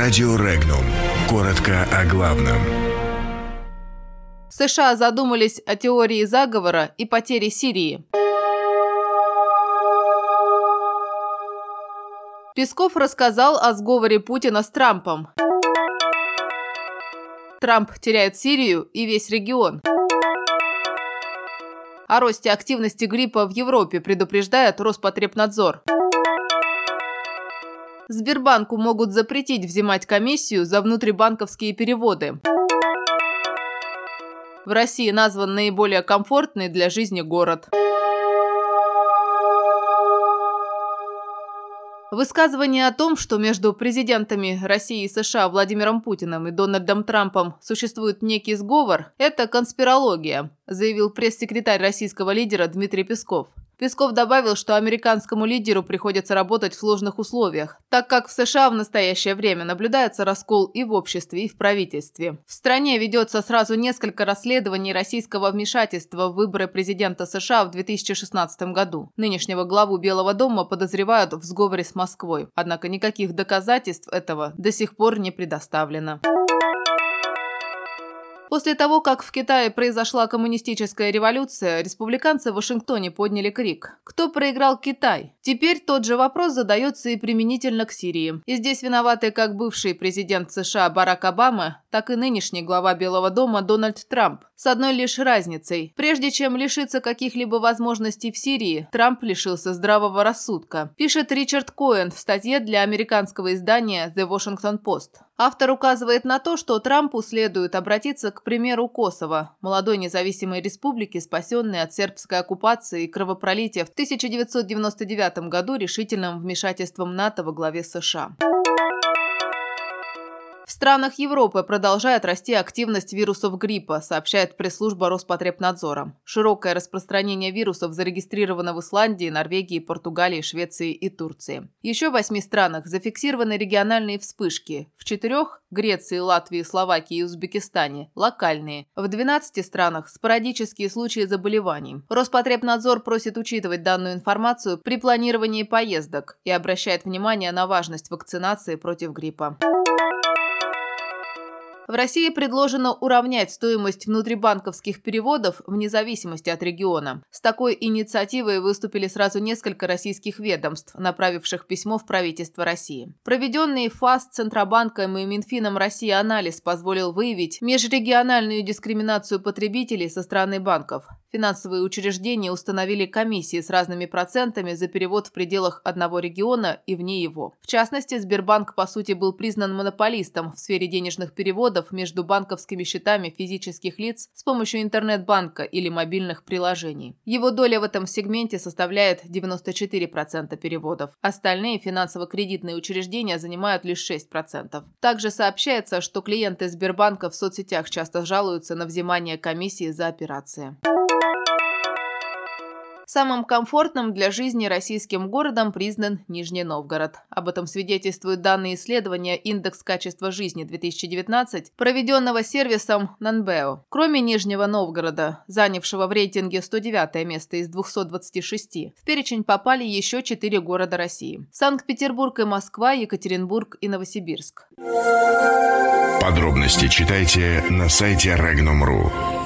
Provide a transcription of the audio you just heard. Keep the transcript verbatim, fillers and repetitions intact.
Радио Регнум. Коротко о главном. США задумались о теории заговора и потере Сирии. Песков рассказал о сговоре Путина с Трампом. Трамп теряет Сирию и весь регион. О росте активности гриппа в Европе предупреждает Роспотребнадзор. Сбербанку могут запретить взимать комиссию за внутрибанковские переводы. В России назван наиболее комфортный для жизни город. Высказывание о том, что между президентами России и США Владимиром Путиным и Дональдом Трампом существует некий сговор, это конспирология, заявил пресс-секретарь российского лидера Дмитрий Песков. Песков добавил, что американскому лидеру приходится работать в сложных условиях, так как в США в настоящее время наблюдается раскол и в обществе, и в правительстве. В стране ведется сразу несколько расследований российского вмешательства в выборы президента США в две тысячи шестнадцатом году. Нынешнего главу Белого дома подозревают в сговоре с Москвой, однако никаких доказательств этого до сих пор не предоставлено. После того, как в Китае произошла коммунистическая революция, республиканцы в Вашингтоне подняли крик: «Кто проиграл Китай?». Теперь тот же вопрос задается и применительно к Сирии. И здесь виноваты как бывший президент США Барак Обама, так и нынешний глава Белого дома Дональд Трамп. С одной лишь разницей. Прежде чем лишиться каких-либо возможностей в Сирии, Трамп лишился здравого рассудка, пишет Ричард Коэн в статье для американского издания The Washington Post. Автор указывает на то, что Трампу следует обратиться к примеру Косово, молодой независимой республики, спасенной от сербской оккупации и кровопролития в тысяча девятьсот девяносто девятом году решительным вмешательством НАТО во главе США. В странах Европы продолжает расти активность вирусов гриппа, сообщает пресс-служба Роспотребнадзора. Широкое распространение вирусов зарегистрировано в Исландии, Норвегии, Португалии, Швеции и Турции. Еще в восьми странах зафиксированы региональные вспышки. В четырех – Греции, Латвии, Словакии и Узбекистане – локальные. В двенадцати странах – спорадические случаи заболеваний. Роспотребнадзор просит учитывать данную информацию при планировании поездок и обращает внимание на важность вакцинации против гриппа. В России предложено уравнять стоимость внутрибанковских переводов вне зависимости от региона. С такой инициативой выступили сразу несколько российских ведомств, направивших письмо в правительство России. Проведенный ФАС, Центробанком и Минфином России анализ позволил выявить межрегиональную дискриминацию потребителей со стороны банков. Финансовые учреждения установили комиссии с разными процентами за перевод в пределах одного региона и вне его. В частности, Сбербанк, по сути, был признан монополистом в сфере денежных переводов между банковскими счетами физических лиц с помощью интернет-банка или мобильных приложений. Его доля в этом сегменте составляет девяносто четыре процента переводов. Остальные финансово-кредитные учреждения занимают лишь шесть процентов. Также сообщается, что клиенты Сбербанка в соцсетях часто жалуются на взимание комиссии за операции. Самым комфортным для жизни российским городом признан Нижний Новгород. Об этом свидетельствуют данные исследования «Индекс качества жизни две тысячи девятнадцать», проведенного сервисом Нанбео. Кроме Нижнего Новгорода, занявшего в рейтинге сто девятое место из двухсот двадцати шести, в перечень попали еще четыре города России: Санкт-Петербург и Москва, Екатеринбург и Новосибирск. Подробности читайте на сайте регнум точка ру.